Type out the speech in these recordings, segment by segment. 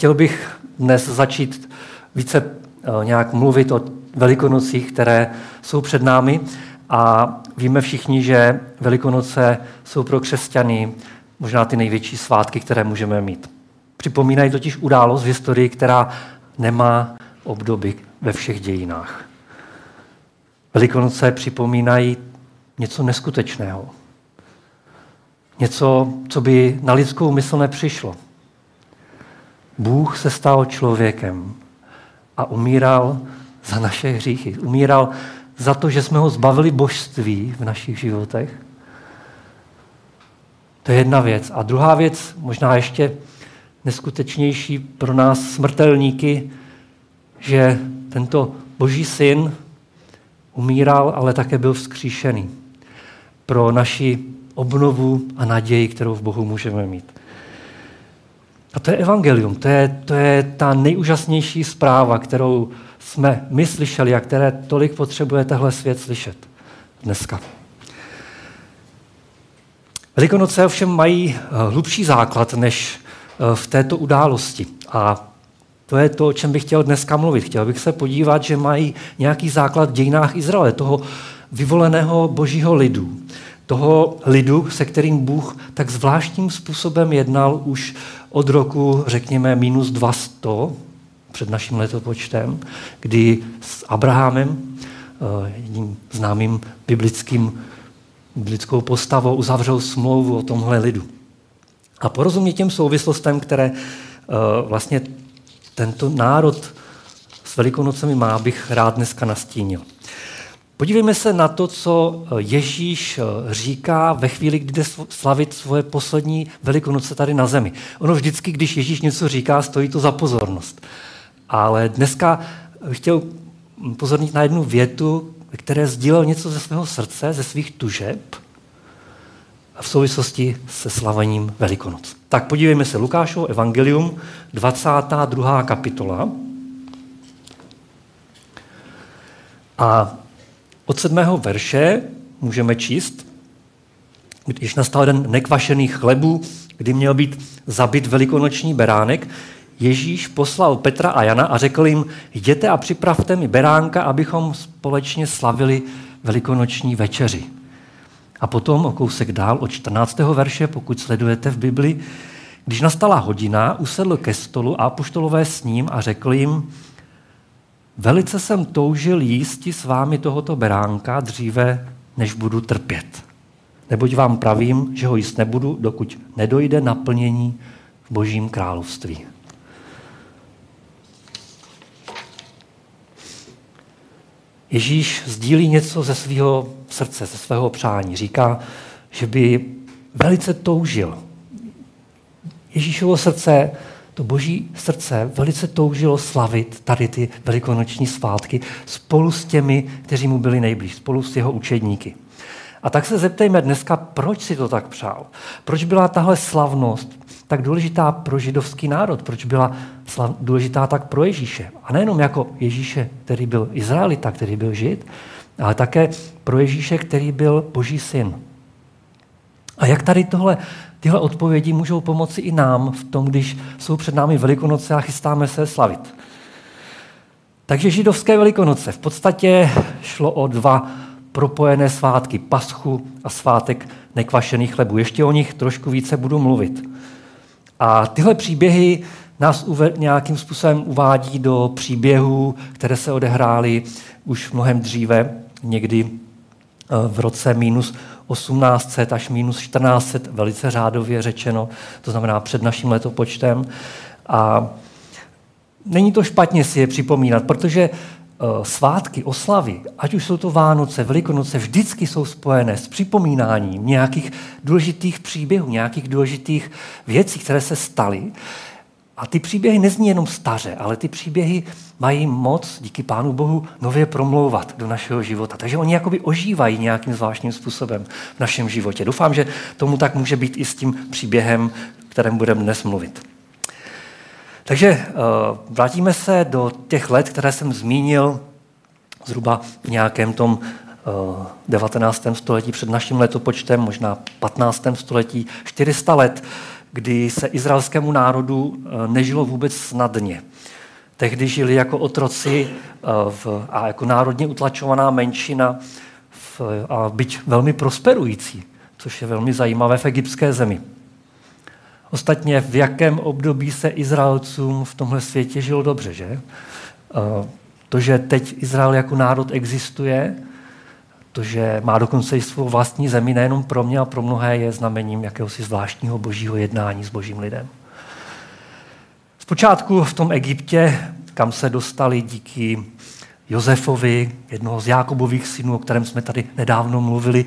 chtěl bych dnes začít více nějak mluvit o Velikonocích, které jsou před námi a víme všichni, že Velikonoce jsou pro křesťany možná ty největší svátky, které můžeme mít. Připomínají totiž událost v historii, která nemá obdoby ve všech dějinách. Velikonoce připomínají něco neskutečného. Něco, co by na lidskou mysl nepřišlo. Bůh se stal člověkem a umíral za naše hříchy. Umíral za to, že jsme ho zbavili božství v našich životech. To je jedna věc. A druhá věc, možná ještě neskutečnější pro nás smrtelníky, že tento Boží syn umíral, ale také byl vzkříšený pro naši obnovu a naději, kterou v Bohu můžeme mít. A to je evangelium, to je ta nejúžasnější zpráva, kterou jsme my slyšeli a které tolik potřebuje tehle svět slyšet dneska. Velikonoce ovšem mají hlubší základ než v této události. A to je to, o čem bych chtěl dneska mluvit. Chtěl bych se podívat, že mají nějaký základ v dějinách Izraele, toho vyvoleného božího lidu. Toho lidu, se kterým Bůh tak zvláštním způsobem jednal už od roku, řekněme, minus 200 před naším letopočtem, kdy s Abrahamem, jedním známým biblickou postavou, uzavřel smlouvu o tomhle lidu. A porozumět těm souvislostem, které vlastně tento národ s Velikonocemi má, bych rád dneska nastínil. Podívejme se na to, co Ježíš říká ve chvíli, kdy jde slavit svoje poslední Velikonoce tady na zemi. Ono vždycky, když Ježíš něco říká, stojí to za pozornost. Ale dneska chtěl pozornit na jednu větu, které sdílel něco ze svého srdce, ze svých tužeb v souvislosti se slavením Velikonoc. Tak podívejme se, Lukášovo evangelium, 22. kapitola. A od 7. verše můžeme číst, když nastal den nekvašených chlebů, kdy měl být zabit velikonoční beránek, Ježíš poslal Petra a Jana a řekl jim, jděte a připravte mi beránka, abychom společně slavili velikonoční večeři. A potom o kousek dál, od 14. verše, pokud sledujete v Bibli, když nastala hodina, usedl ke stolu a apoštolové s ním a řekl jim, velice jsem toužil jísti s vámi tohoto beránka dříve, než budu trpět. Neboť vám pravím, že ho jíst nebudu, dokud nedojde naplnění v Božím království. Ježíš sdílí něco ze svého srdce, ze svého přání. Říká, že by velice toužil. Ježíšovo srdce, to Boží srdce, velice toužilo slavit tady ty velikonoční svátky spolu s těmi, kteří mu byli nejblíž, spolu s jeho učedníky. A tak se zeptejme dneska, proč si to tak přál? Proč byla tahle slavnost tak důležitá pro židovský národ? Proč byla důležitá tak pro Ježíše? A nejenom jako Ježíše, který byl Izraelita, který byl Žid, ale také pro Ježíše, který byl Boží syn. A jak tady tyhle odpovědi můžou pomoci i nám v tom, když jsou před námi Velikonoce a chystáme se slavit? Takže židovské Velikonoce. V podstatě šlo o dva propojené svátky, Paschu a svátek nekvašených chlebů. Ještě o nich trošku více budu mluvit. A tyhle příběhy nás nějakým způsobem uvádí do příběhů, které se odehrály už mnohem dříve, někdy v roce minus 1800 až minus 1400, velice řádově řečeno, to znamená před naším letopočtem. A není to špatně si je připomínat, protože svátky, oslavy, ať už jsou to Vánoce, Velikonoce, vždycky jsou spojené s připomínáním nějakých důležitých příběhů, nějakých důležitých věcí, které se staly. A ty příběhy nezní jenom staře, ale ty příběhy mají moc, díky Pánu Bohu, nově promlouvat do našeho života. Takže oni jakoby ožívají nějakým zvláštním způsobem v našem životě. Doufám, že tomu tak může být i s tím příběhem, kterém budeme dnes mluvit. Takže vrátíme se do těch let, které jsem zmínil zhruba v nějakém tom 19. století před naším letopočtem, možná 15. století, 400 let, kdy se izraelskému národu nežilo vůbec snadně. Tehdy žili jako otroci a jako národně utlačovaná menšina a byť velmi prosperující, což je velmi zajímavé v egyptské zemi. Ostatně v jakém období se Izraelcům v tomhle světě žilo dobře, že? To, že teď Izrael jako národ existuje, to, že má dokonce i svou vlastní zemi, nejenom pro mě a pro mnohé, je znamením jakéhosi zvláštního božího jednání s božím lidem. Zpočátku v tom Egyptě, kam se dostali díky Josefovi, jednoho z Jákobových synů, o kterém jsme tady nedávno mluvili,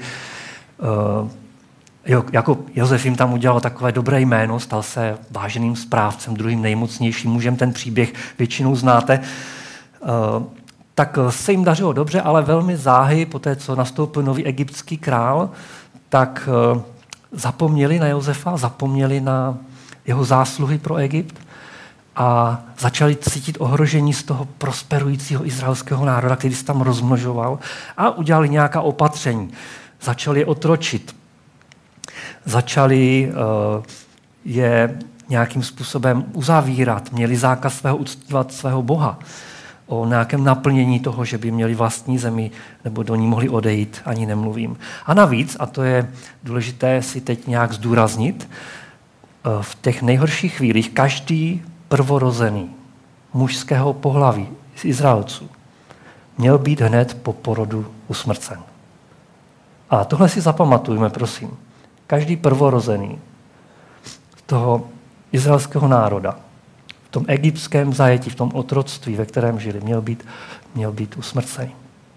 jako Josef jim tam udělal takové dobré jméno, stal se váženým správcem, druhým nejmocnějším mužem, ten příběh většinou znáte, tak se jim dařilo dobře, ale velmi záhy, po té, co nastoupil nový egyptský král, tak zapomněli na Josefa, zapomněli na jeho zásluhy pro Egypt a začali cítit ohrožení z toho prosperujícího izraelského národa, který se tam rozmnožoval, a udělali nějaká opatření. Začali je otročit. Začali je nějakým způsobem uzavírat. Měli zákaz uctívat svého Boha. O nějakém naplnění toho, že by měli vlastní zemi nebo do ní mohli odejít, ani nemluvím. A navíc, a to je důležité si teď nějak zdůraznit, v těch nejhorších chvílích každý prvorozený mužského pohlaví z Izraelců měl být hned po porodu usmrcen. A tohle si zapamatujme, prosím. Každý prvorozený toho izraelského národa v tom egyptském zajetí, v tom otroctví, ve kterém žili, měl být usmrcený.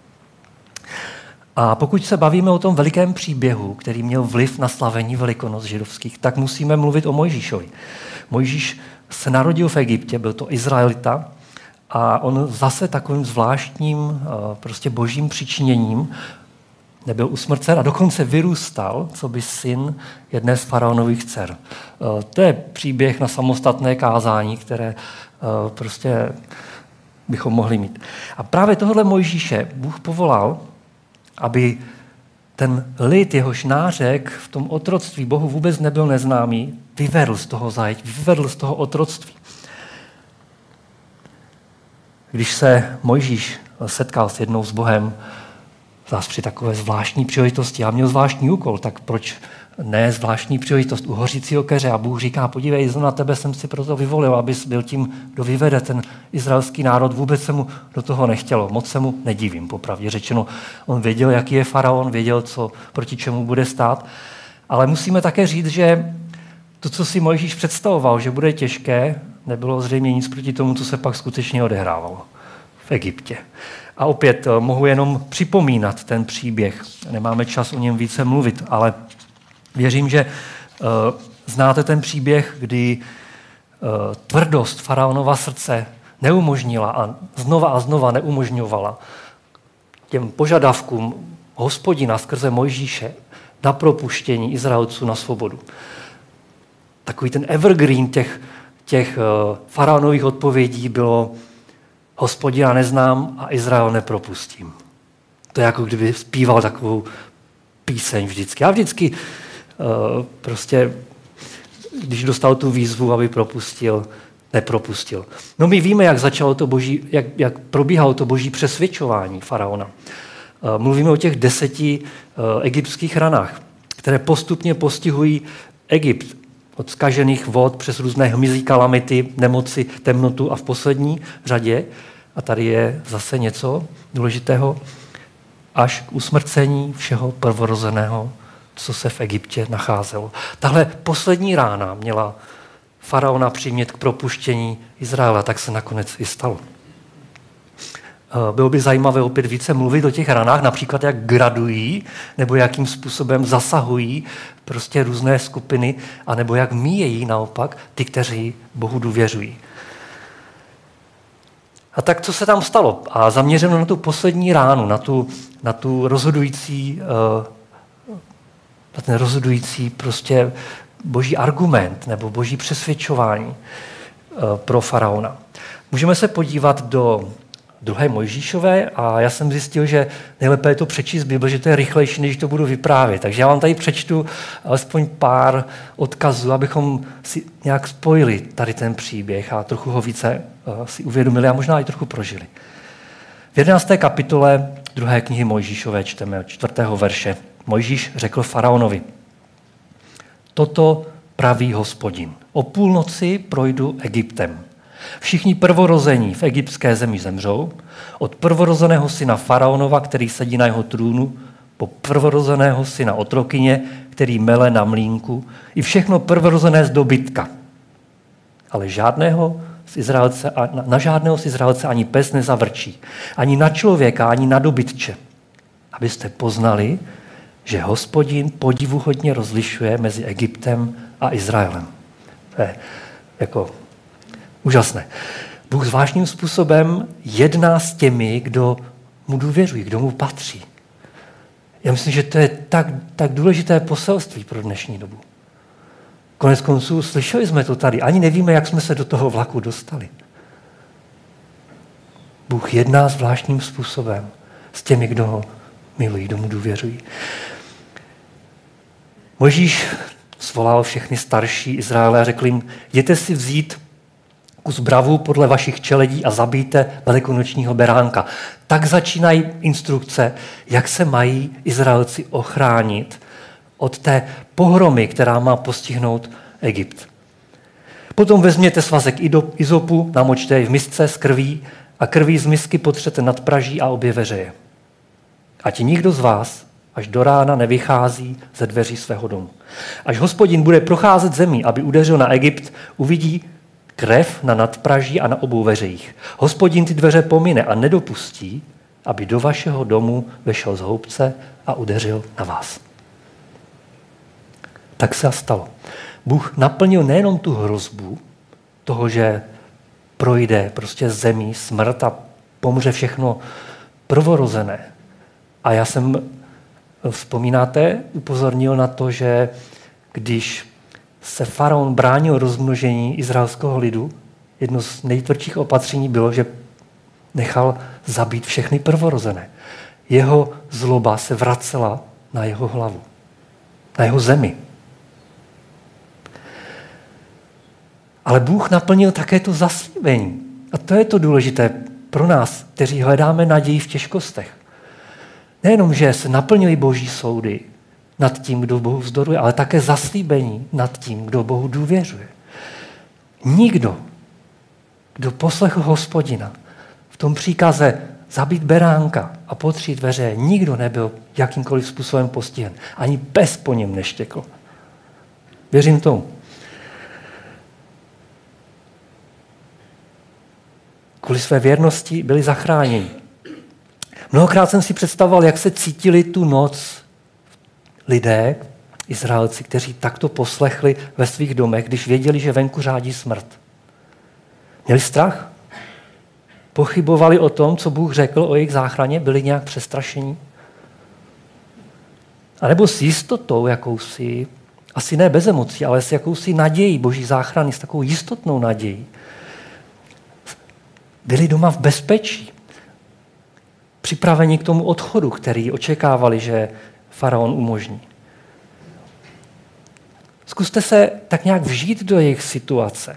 A pokud se bavíme o tom velikém příběhu, který měl vliv na slavení Velikonoc židovských, tak musíme mluvit o Mojžíšovi. Mojžíš se narodil v Egyptě, byl to Izraelita, a on zase takovým zvláštním prostě božím přičiněním nebyl usmrcen a dokonce vyrůstal, co by syn jedné z faraonových dcer. To je příběh na samostatné kázání, které prostě bychom mohli mít. A právě tohle Mojžíše Bůh povolal, aby ten lid, jehož nářek v tom otroctví Bohu vůbec nebyl neznámý, vyvedl z toho zajetí, vyvedl z toho otroctví. Když se Mojžíš setkal s jednou s Bohem, zase při takové zvláštní příležitosti, já měl zvláštní úkol, tak proč ne zvláštní příležitost u hořícího keře? A Bůh říká, podívej, na tebe jsem si proto vyvolil, abys byl tím, kdo vyvede ten izraelský národ. Vůbec se mu do toho nechtělo. Moc se mu nedivím, popravdě řečeno. On věděl, jaký je faraon, věděl, proti čemu bude stát. Ale musíme také říct, že to, co si Mojžíš představoval, že bude těžké, nebylo zřejmě nic proti tomu, co se pak skutečně odehrávalo v Egyptě. A opět mohu jenom připomínat ten příběh. Nemáme čas o něm více mluvit, ale věřím, že znáte ten příběh, kdy tvrdost faraonova srdce neumožnila a znova neumožňovala těm požadavkům Hospodina skrze Mojžíše na propuštění Izraelců na svobodu. Takový ten evergreen těch faraonových odpovědí bylo: Hospodina neznám a Izrael nepropustím. To je jako kdyby zpíval takovou píseň vždycky. A vždycky prostě, když dostal tu výzvu, aby propustil, nepropustil. No my víme, jak probíhalo to boží přesvědčování faraona. Mluvíme o těch 10 egyptských ranách, které postupně postihují Egypt. Od zkažených vod přes různé hmyzí kalamity, nemoci, temnotu a v poslední řadě, a tady je zase něco důležitého, až k usmrcení všeho prvorozeného, co se v Egyptě nacházelo. Tahle poslední rána měla faraona přimět k propuštění Izraela, tak se nakonec i stalo. Bylo by zajímavé opět více mluvit o těch ranách, například jak gradují, nebo jakým způsobem zasahují prostě různé skupiny, anebo jak míjejí naopak ty, kteří Bohu důvěřují. A tak co se tam stalo? A zaměřeno na tu poslední ránu, na ten rozhodující prostě boží argument nebo boží přesvědčování pro faraona. Můžeme se podívat do 2. Mojžíšové a já jsem zjistil, že nejlépe je to přečíst Bible, že to je rychlejší, než to budu vyprávět. Takže já vám tady přečtu alespoň pár odkazů, abychom si nějak spojili tady ten příběh a trochu ho více si uvědomili a možná i trochu prožili. V 11. kapitole 2. knihy Mojžíšové čteme od 4. verše. Mojžíš řekl faraonovi: Toto praví Hospodin. O půlnoci projdu Egyptem. Všichni prvorození v egyptské zemi zemřou, od prvorozeného syna faraonova, který sedí na jeho trůnu, po prvorozeného syna otrokyně, který mele na mlýnku, i všechno prvorozené z dobytka. Ale na žádného z Izraelce ani pes nezavrčí, ani na člověka, ani na dobytče. Abyste poznali, že Hospodin podivuhodně rozlišuje mezi Egyptem a Izraelem. To je jako úžasné. Bůh zvláštním způsobem jedná s těmi, kdo mu důvěřují, kdo mu patří. Já myslím, že to je tak důležité poselství pro dnešní dobu. Konec konců slyšeli jsme to tady. Ani nevíme, jak jsme se do toho vlaku dostali. Bůh jedná zvláštním způsobem s těmi, kdo ho milují, kdo mu důvěřují. Mojžíš svolal všechny starší Izraele a řekl jim: jděte si vzít kus bravu podle vašich čeledí a zabijte velikonočního beránka. Tak začínají instrukce, jak se mají Izraelci ochránit od té pohromy, která má postihnout Egypt. Potom vezměte svazek izopu, namočte jej v misce s krví a krví z misky potřete nad praží a obě veřeje. Ať nikdo z vás až do rána nevychází ze dveří svého domu. Až Hospodin bude procházet zemí, aby udeřil na Egypt, uvidí krev na nadpraží a na obou veřejích. Hospodin ty dveře pomine a nedopustí, aby do vašeho domu vešel z houbce a udeřil na vás. Tak se stalo. Bůh naplnil nejenom tu hrozbu toho, že projde prostě zemí smrt a pomře všechno prvorozené. A já jsem, vzpomínáte, upozornil na to, že když se faraon bránil rozmnožení izraelského lidu, jedno z nejtvrdších opatření bylo, že nechal zabít všechny prvorozené. Jeho zloba se vracela na jeho hlavu, na jeho zemi. Ale Bůh naplnil také to zaslíbení. A to je to důležité pro nás, kteří hledáme naději v těžkostech. Nejenom, že se naplnily Boží soudy nad tím, kdo Bohu vzdoruje, ale také zaslíbení nad tím, kdo Bohu důvěřuje. Nikdo, kdo poslechl Hospodina v tom příkaze zabít beránka a potřít dveře, nikdo nebyl jakýmkoliv způsobem postihen. Ani pes po něm neštěkl. Věřím tomu. Kvůli své věrnosti byli zachráněni. Mnohokrát jsem si představoval, jak se cítili tu noc lidé, Izraelci, kteří takto poslechli ve svých domech, když věděli, že venku řádí smrt. Měli strach? Pochybovali o tom, co Bůh řekl o jejich záchraně? Byli nějak přestrašení? A nebo s jistotou jakousi, asi ne bez emocí, ale s jakousi nadějí Boží záchrany, s takovou jistotnou nadějí. Byli doma v bezpečí, připraveni k tomu odchodu, který očekávali, že faraon umožní. Zkuste se tak nějak vžít do jejich situace.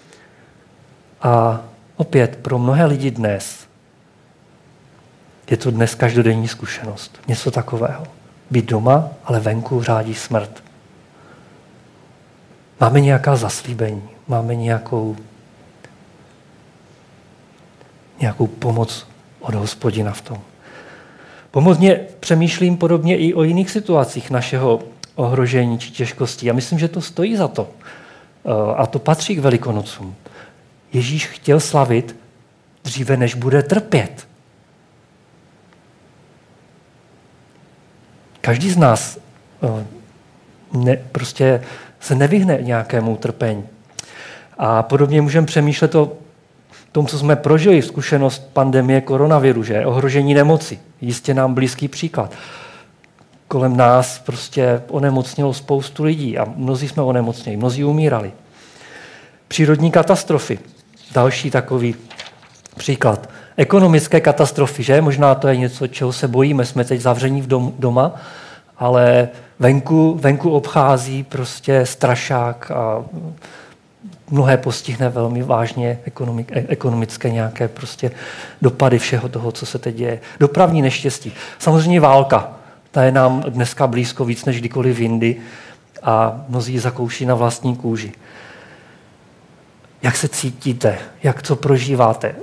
A opět pro mnohé lidi dnes je to dnes každodenní zkušenost. Něco takového. Být doma, ale venku řádí smrt. Máme nějaká zaslíbení, máme nějakou pomoc od Hospodina v tom. Pomozně přemýšlím podobně i o jiných situacích našeho ohrožení či těžkostí. Já myslím, že to stojí za to. A to patří k Velikonocům. Ježíš chtěl slavit dříve, než bude trpět. Každý z nás prostě se nevyhne nějakému trpení. A podobně můžeme přemýšlet o tom, co jsme prožili, zkušenost pandemie koronaviru, že ohrožení nemoci. Jistě nám blízký příklad. Kolem nás prostě onemocnilo spoustu lidí a mnozí jsme onemocněli, mnozí umírali. Přírodní katastrofy. Další takový Příklad. Ekonomické katastrofy, že? Možná to je něco, čeho se bojíme. Jsme teď zavření doma, ale venku obchází prostě strašák a mnohé postihne velmi vážně ekonomické nějaké prostě dopady všeho toho, co se teď děje. Dopravní neštěstí. Samozřejmě válka. Ta je nám dneska blízko víc než kdykoliv jindy a mnozí zakouší na vlastní kůži. Jak se cítíte? Jak to prožíváte?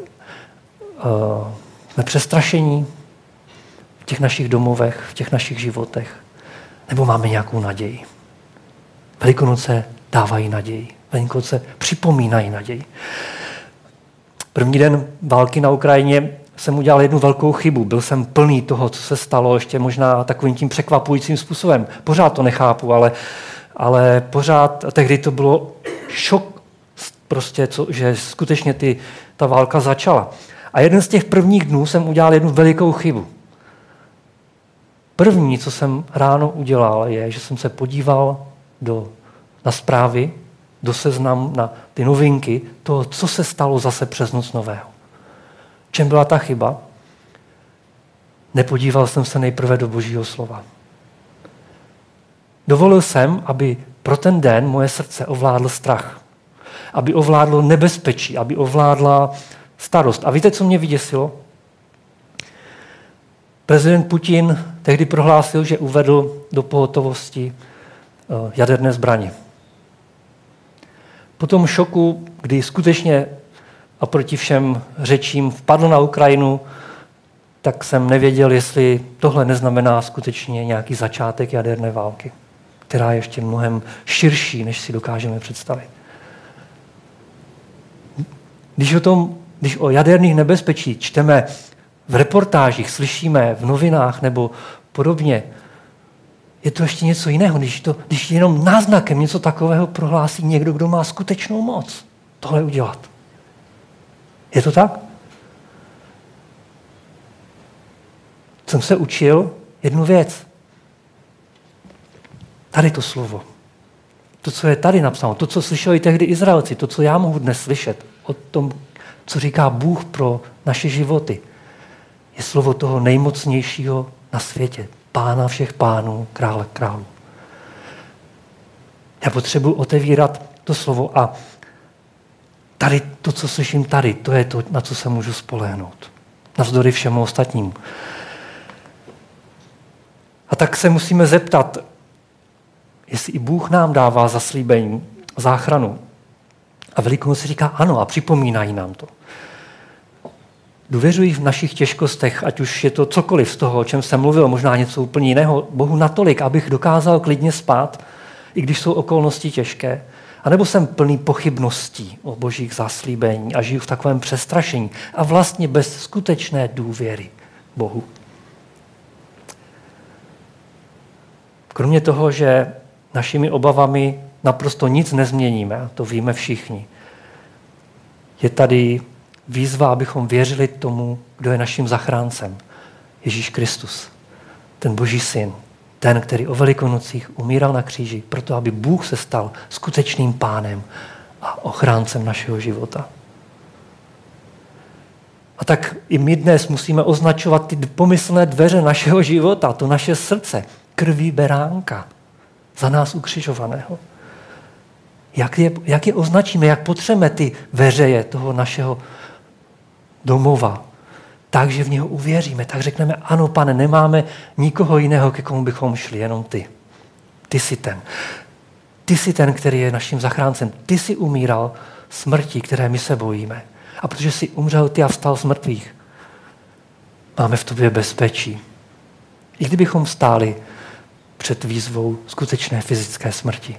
Jsme přestrašení v těch našich domovech, v těch našich životech? Nebo máme nějakou naději? Velikonoce dávají naději. Velikonoce připomínají naději. První den války na Ukrajině jsem udělal jednu velkou chybu. Byl jsem plný toho, co se stalo, ještě možná takovým tím překvapujícím způsobem. Pořád to nechápu, ale pořád tehdy to bylo šok, prostě, že skutečně ta válka začala. A jeden z těch prvních dnů jsem udělal jednu velikou chybu. První, co jsem ráno udělal, je, že jsem se podíval na zprávy, do seznamu, na ty novinky, toho, co se stalo zase přes noc nového. V čem byla ta chyba? Nepodíval jsem se nejprve do Božího slova. Dovolil jsem, aby pro ten den moje srdce ovládl strach. Aby ovládlo nebezpečí, aby ovládla starost. A víte, co mě vyděsilo? Prezident Putin tehdy prohlásil, že uvedl do pohotovosti jaderné zbraně. Po tom šoku, kdy skutečně a proti všem řečím vpadl na Ukrajinu, tak jsem nevěděl, jestli tohle neznamená skutečně nějaký začátek jaderné války, která je ještě mnohem širší, než si dokážeme představit. Když o jaderných nebezpečí čteme v reportážích, slyšíme v novinách nebo podobně, je to ještě něco jiného, když jenom náznakem něco takového prohlásí někdo, kdo má skutečnou moc tohle udělat. Je to tak? Jsem se učil jednu věc. Tady to slovo. To, co je tady napsáno, to, co slyšeli tehdy Izraelci, to, co já mohu dnes slyšet o tom, co říká Bůh pro naše životy, je slovo toho nejmocnějšího na světě. Pána všech pánů, krále králů. Já potřebuji otevírat to slovo a tady to, co slyším tady, to je to, na co se můžu spolehnout. Navzdory všemu ostatnímu. A tak se musíme zeptat, jestli i Bůh nám dává zaslíbení, záchranu. A Velikonoce říká ano a připomínají nám to. Důvěřuji v našich těžkostech, ať už je to cokoliv z toho, o čem jsem mluvil, možná něco úplně jiného, Bohu natolik, abych dokázal klidně spát, i když jsou okolnosti těžké. A nebo jsem plný pochybností o božích zaslíbení a žiju v takovém přestrašení a vlastně bez skutečné důvěry Bohu. Kromě toho, že našimi obavami naprosto nic nezměníme, a to víme všichni, je tady výzva, abychom věřili tomu, kdo je naším zachráncem. Ježíš Kristus, ten Boží syn, ten, který o Velikonocích umíral na kříži, proto aby Bůh se stal skutečným pánem a ochráncem našeho života. A tak i my dnes musíme označovat ty pomyslné dveře našeho života, to naše srdce, krví beránka, za nás ukřižovaného. Jak je označíme, jak potřebujeme ty veřeje toho našeho domova, takže v něho uvěříme, tak řekneme, ano, Pane, nemáme nikoho jiného, ke komu bychom šli, jenom ty. Ty jsi ten. Ty jsi ten, který je naším zachráncem. Ty jsi umíral smrti, které my se bojíme. A protože jsi umřel ty a vstal z mrtvých, máme v tobě bezpečí. I kdybychom stáli před výzvou skutečné fyzické smrti.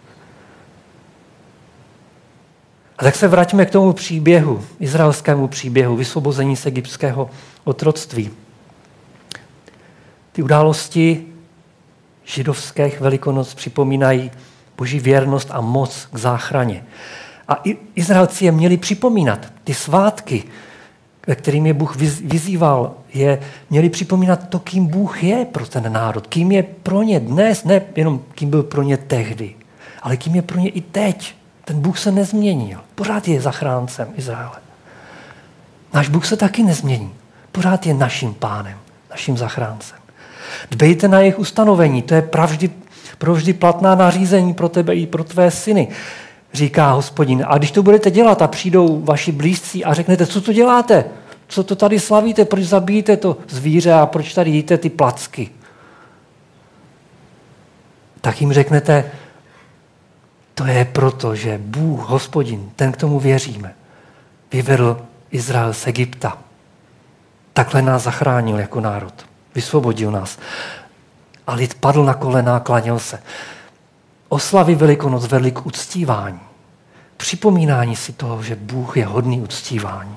A tak se vraťme k tomu příběhu, izraelskému příběhu, vysvobození z egyptského otroctví. Ty události židovských Velikonoc připomínají Boží věrnost a moc k záchraně. A Izraelci je měli připomínat. Ty svátky, ve kterým je Bůh vyzýval, je měli připomínat to, kým Bůh je pro ten národ. Kým je pro ně dnes, ne jenom kým byl pro ně tehdy, ale kým je pro ně i teď. Ten Bůh se nezměnil. Pořád je zachráncem Izraele. Náš Bůh se taky nezmění. Pořád je naším pánem, naším zachráncem. Dbejte na jejich ustanovení, to je provždy platná nařízení pro tebe i pro tvé syny, říká Hospodin. A když to budete dělat a přijdou vaši blízcí a řeknete, co to děláte? Co to tady slavíte? Proč zabíjíte to zvíře a proč tady jíte ty placky? Tak jim řeknete, to je proto, že Bůh, Hospodin, ten k tomu věříme, vyvedl Izrael z Egypta. Takhle nás zachránil jako národ. Vysvobodil nás. A lid padl na kolena a klaněl se. Oslavy Velikonoc vedly k uctívání. Připomínání si toho, že Bůh je hodný uctívání.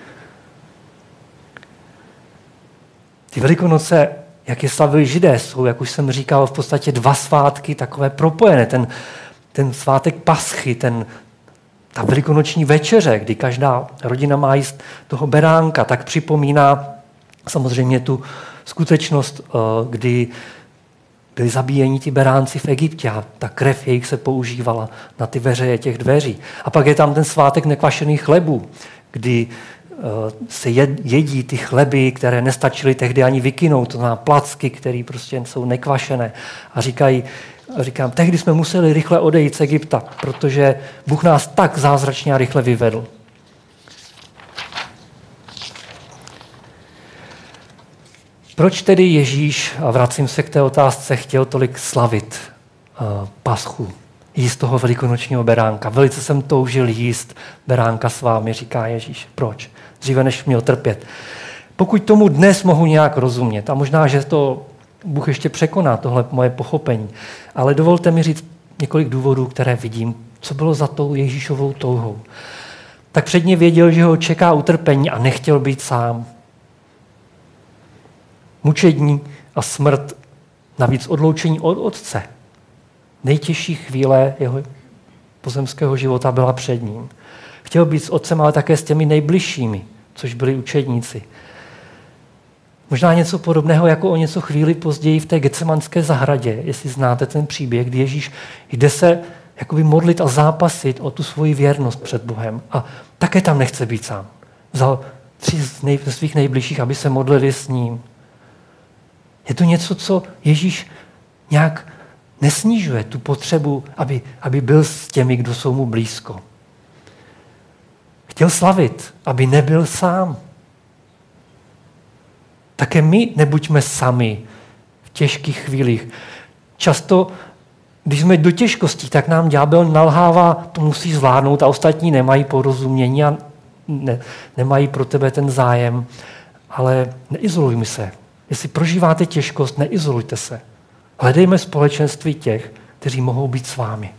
Ty Velikonoce, jak je slavili Židé, jsou, jak už jsem říkal, v podstatě dva svátky takové propojené. Ten svátek Paschy, ta velikonoční večeře, kdy každá rodina má jíst toho beránka, tak připomíná samozřejmě tu skutečnost, kdy byli zabíjeni ti beránci v Egyptě a ta krev jejich se používala na ty veřeje těch dveří. A pak je tam ten svátek nekvašených chlebů, kdy se jedí ty chleby, které nestačily tehdy ani vykynout, to znamená placky, které prostě jsou nekvašené. A říkám, tehdy jsme museli rychle odejít z Egypta, protože Bůh nás tak zázračně a rychle vyvedl. Proč tedy Ježíš, a vracím se k té otázce, chtěl tolik slavit Paschu, jíst toho velikonočního beránka? Velice jsem toužil jíst beránka s vámi, říká Ježíš. Proč? Dříve než měl trpět. Pokud tomu dnes mohu nějak rozumět, a možná, že to Bůh ještě překoná, tohle moje pochopení, ale dovolte mi říct několik důvodů, které vidím, co bylo za tou Ježíšovou touhou. Tak předně věděl, že ho čeká utrpení a nechtěl být sám. Mučení a smrt, navíc odloučení od Otce. Nejtěžší chvíle jeho pozemského života byla před ním. Chtěl být s Otcem, ale také s těmi nejbližšími, což byli učedníci. Možná něco podobného, jako o něco chvíli později v té Getsemanské zahradě, jestli znáte ten příběh, kdy Ježíš jde se jakoby modlit a zápasit o tu svoji věrnost před Bohem. A také tam nechce být sám. Vzal 3 ze svých nejbližších, aby se modlili s ním. Je to něco, co Ježíš nějak nesnižuje, tu potřebu, aby byl s těmi, kdo jsou mu blízko. Chtěl slavit, aby nebyl sám. Také my nebuďme sami v těžkých chvílích. Často, když jsme do těžkostí, tak nám ďábel nalhává, to musí zvládnout a ostatní nemají porozumění a nemají pro tebe ten zájem. Ale neizolujme se. Jestli prožíváte těžkost, neizolujte se. Hledejme společenství těch, kteří mohou být s vámi.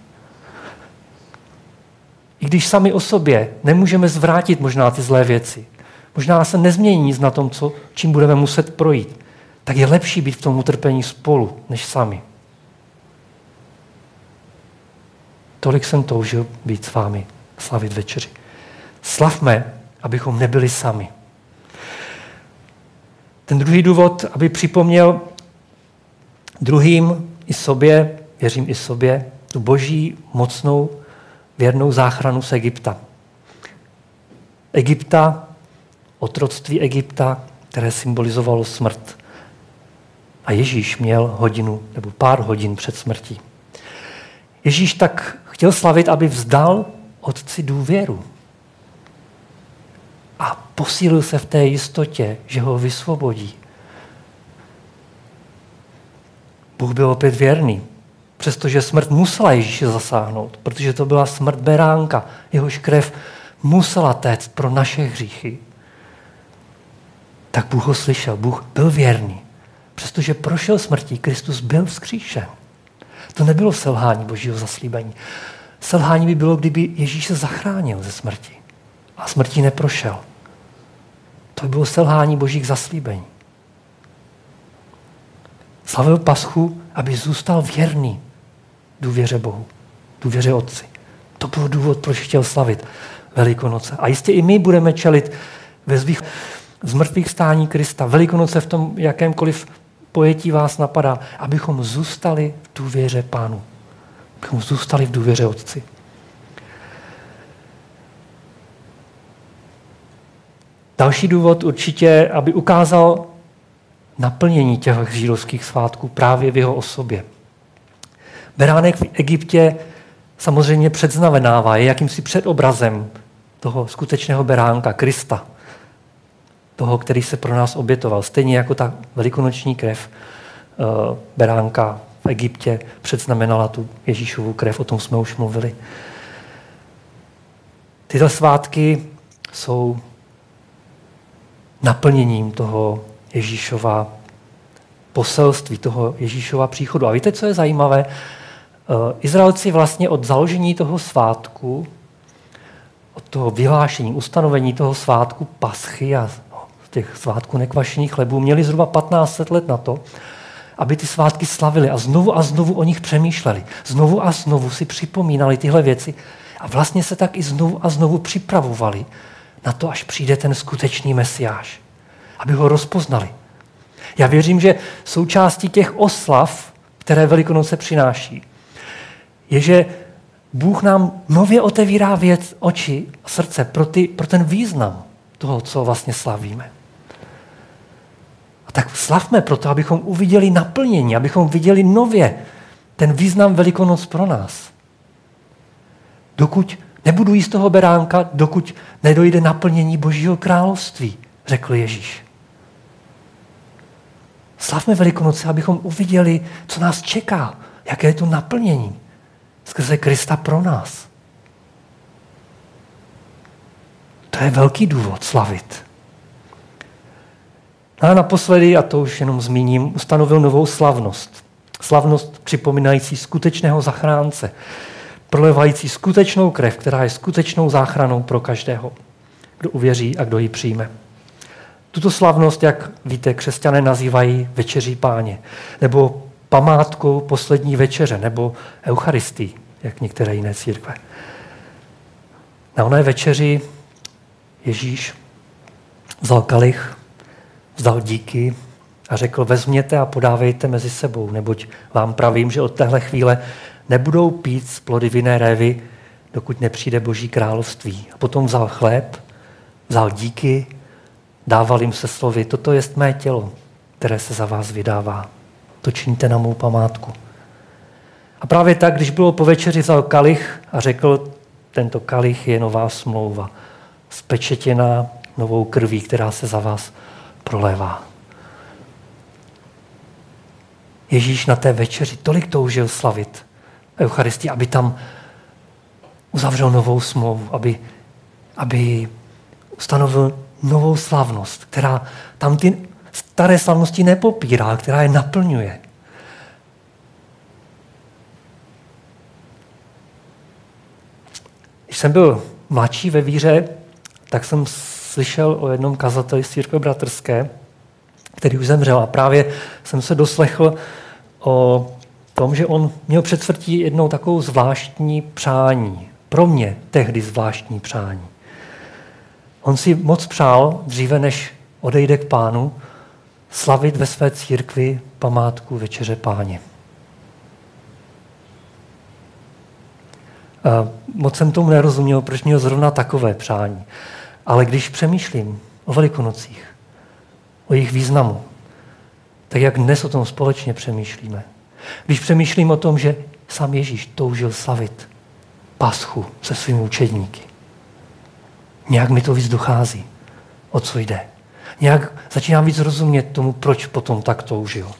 I když sami o sobě nemůžeme zvrátit možná ty zlé věci, možná se nezmění nic na tom, čím budeme muset projít, tak je lepší být v tom utrpení spolu, než sami. Tolik jsem toužil být s vámi, slavit večeři. Slavme, abychom nebyli sami. Ten druhý důvod, aby připomněl druhým i sobě, věřím i sobě, tu boží mocnou věrnou záchranu z Egypta. Otroctví Egypta, které symbolizovalo smrt. A Ježíš měl hodinu nebo pár hodin před smrtí. Ježíš tak chtěl slavit, aby vzdal Otci důvěru. A posílil se v té jistotě, že ho vysvobodí. Bůh byl opět věrný, přestože smrt musela Ježíše zasáhnout, protože to byla smrt beránka, jehož krev musela téct pro naše hříchy. Tak Bůh ho slyšel, Bůh byl věrný. Přestože prošel smrtí, Kristus byl vzkříšen. To nebylo selhání božího zaslíbení. Selhání by bylo, kdyby Ježíš se zachránil ze smrti a smrtí neprošel. To by bylo selhání božích zaslíbení. Slavil Paschu, aby zůstal věrný důvěře Bohu, důvěře Otci. To byl důvod, proč chtěl slavit Velikonoce. A jistě i my budeme čelit ve zmrtvých stání Krista. Velikonoce v tom jakémkoliv pojetí vás napadá, abychom zůstali v důvěře Pánu. Abychom zůstali v důvěře Otci. Další důvod určitě, aby ukázal naplnění těch židovských svátků právě v jeho osobě. Beránek v Egyptě samozřejmě předznamenává, je jakýmsi předobrazem toho skutečného beránka, Krista, toho, který se pro nás obětoval. Stejně jako ta velikonoční krev beránka v Egyptě předznamenala tu Ježíšovu krev, o tom jsme už mluvili. Tyto svátky jsou naplněním toho Ježíšova poselství, toho Ježíšova příchodu. A víte, co je zajímavé? Izraelci vlastně od založení toho svátku, od toho vyhlášení, ustanovení toho svátku Paschy a těch svátků nekvašených chlebů měli zhruba 1500 let na to, aby ty svátky slavili a znovu o nich přemýšleli. Znovu a znovu si připomínali tyhle věci a vlastně se tak i znovu a znovu připravovali na to, až přijde ten skutečný Mesiáš, aby ho rozpoznali. Já věřím, že součástí těch oslav, které Velikonoce přináší, je, že Bůh nám nově otevírá oči a srdce pro ten význam toho, co vlastně slavíme. A tak slavme proto, abychom uviděli naplnění, abychom viděli nově ten význam Velikonoc pro nás. Dokud nebudu jíst toho beránka, dokud nedojde naplnění Božího království, řekl Ježíš. Slavme Velikonoce, abychom uviděli, co nás čeká, jaké je to naplnění skrze Krista pro nás. To je velký důvod slavit. A naposledy, a to už jenom zmíním, ustanovil novou slavnost. Slavnost připomínající skutečného zachránce, prolevající skutečnou krev, která je skutečnou záchranou pro každého, kdo uvěří a kdo ji přijme. Tuto slavnost, jak víte, křesťané nazývají večeří Páně, nebo památkou poslední večeře, nebo eucharistii, jak některé jiné církve. Na oné večeři Ježíš vzal kalich, vzdal díky a řekl, vezměte a podávejte mezi sebou, neboť vám pravím, že od téhle chvíle nebudou pít z plody vinné révy, dokud nepřijde Boží království. A potom vzal chléb, vzal díky, dával jim se slovy, toto jest mé tělo, které se za vás vydává. To činíte na mou památku. A právě tak, když bylo po večeři, vzal kalich a řekl, tento kalich je nová smlouva, spečetěná novou krví, která se za vás prolévá. Ježíš na té večeři tolik toužil slavit Eucharistii, aby tam uzavřel novou smlouvu, aby ustanovil novou slavnost, která tam ty staré slavnosti nepopírá, která je naplňuje. Když jsem byl mladší ve víře, tak jsem slyšel o jednom kazateli z církve bratrské, který už zemřel. A právě jsem se doslechl o tom, že on měl před smrtí jednou takovou zvláštní přání. Pro mě tehdy zvláštní přání. On si moc přál, dříve než odejde k Pánu, slavit ve své církvi památku Večeře Páně. A moc jsem tomu nerozuměl, proč měl zrovna takové přání. Ale když přemýšlím o Velikonocích, o jejich významu, tak jak dnes o tom společně přemýšlíme. Když přemýšlím o tom, že sám Ježíš toužil slavit Paschu se svými učedníky, nějak mi to víc dochází, o co jde. Nějak začínám víc rozumět tomu, proč potom tak toužil.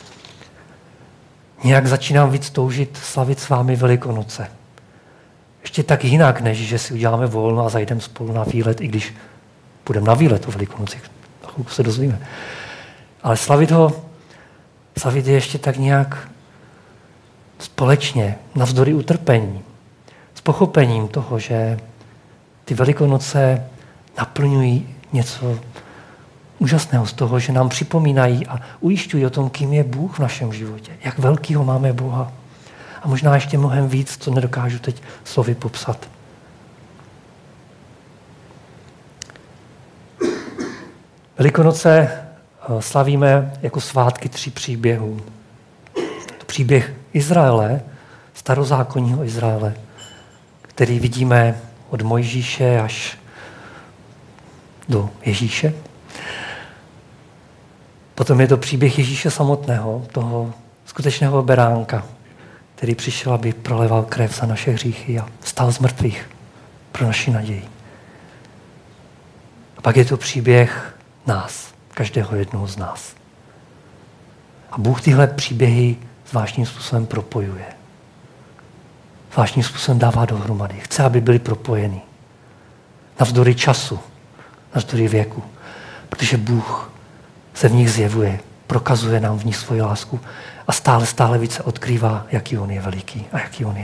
Nějak začínám víc toužit slavit s vámi Velikonoce. Ještě tak jinak, než že si uděláme volno a zajdeme spolu na výlet, i když půjdeme na výlet o Velikonocích. Chvilku se dozvíme. Ale slavit je ještě tak nějak společně, navzdory utrpení, s pochopením toho, že ty Velikonoce naplňují něco úžasného z toho, že nám připomínají a ujišťují o tom, kým je Bůh v našem životě, jak velkýho máme Boha. A možná ještě mnohem víc, co nedokážu teď slovy popsat. Velikonoce slavíme jako svátky 3 příběhů. To příběh Izraele, starozákonního Izraele, který vidíme od Mojžíše až do Ježíše. Potom je to příběh Ježíše samotného, toho skutečného beránka, který přišel, aby proleval krev za naše hříchy a vstal z mrtvých pro naši naději. A pak je to příběh nás, každého jednoho z nás. A Bůh tyhle příběhy zvláštním způsobem propojuje. Zvláštním způsobem dává dohromady. Chce, aby byly propojeny. Navzdory času, navzdory věku. Protože Bůh se v nich zjevuje, prokazuje nám v nich svoji lásku a stále více odkrývá, jaký on je veliký a jaký on je.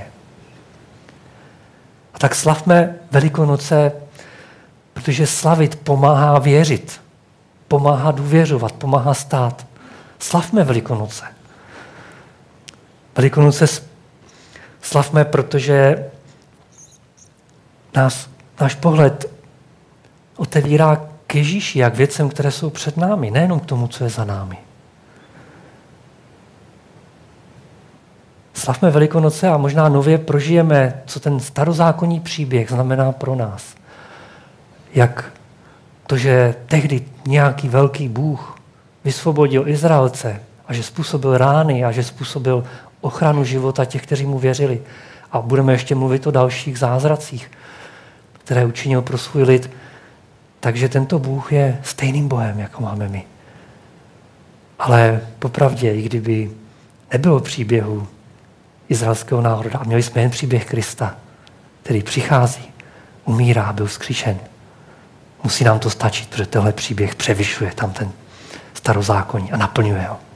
A tak slavme Velikonoce, protože slavit pomáhá věřit, pomáhá důvěřovat, pomáhá stát. Slavme Velikonoce. Velikonoce slavme, protože náš pohled otevírá k Ježíši, jak věcem, které jsou před námi, nejenom k tomu, co je za námi. Slavme Velikonoce a možná nově prožijeme, co ten starozákonní příběh znamená pro nás. Jak to, že tehdy nějaký velký Bůh vysvobodil Izraelce a že způsobil rány a že způsobil ochranu života těch, kteří mu věřili. A budeme ještě mluvit o dalších zázracích, které učinil pro svůj lid. Takže tento Bůh je stejným Bohem, jako máme my. Ale popravdě, i kdyby nebylo příběhu izraelského národa a měli jsme jen příběh Krista, který přichází, umírá a byl vzkříšen, musí nám to stačit, protože tenhle příběh převyšuje tam ten starozákonní a naplňuje ho.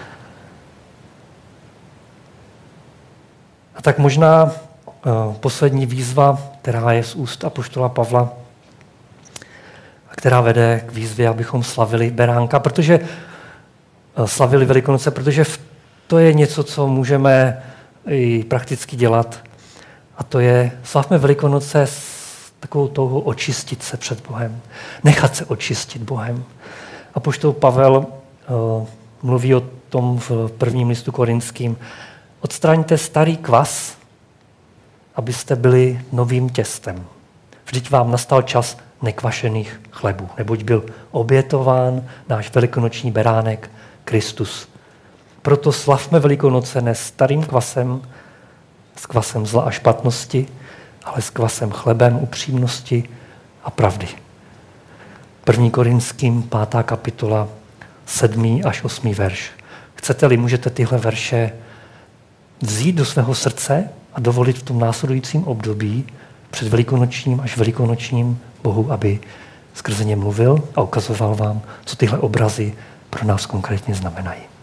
A tak možná poslední výzva, která je z úst apoštola Pavla, a která vede k výzvě, abychom slavili beránka, protože slavili Velikonoce, protože to je něco, co můžeme i prakticky dělat. A to je, slavme Velikonoce s takovou touhou očistit se před Bohem. Nechat se očistit Bohem. Apoštol Pavel mluví o tom v prvním listu Korinským. Odstraňte starý kvas, abyste byli novým těstem. Vždyť vám nastal čas nekvašených chlebů, neboť byl obětován náš velikonoční beránek Kristus. Proto slavme Velikonoce ne starým kvasem, s kvasem zla a špatnosti, ale s kvasem chlebem upřímnosti a pravdy. 1. Korinským 5. kapitola 7. až 8. verš. Chcete-li, můžete tyhle verše vzít do svého srdce a dovolit v tom následujícím období před velikonočním až velikonočním Bohu, aby skrze ně mluvil a ukazoval vám, co tyhle obrazy pro nás konkrétně znamenají.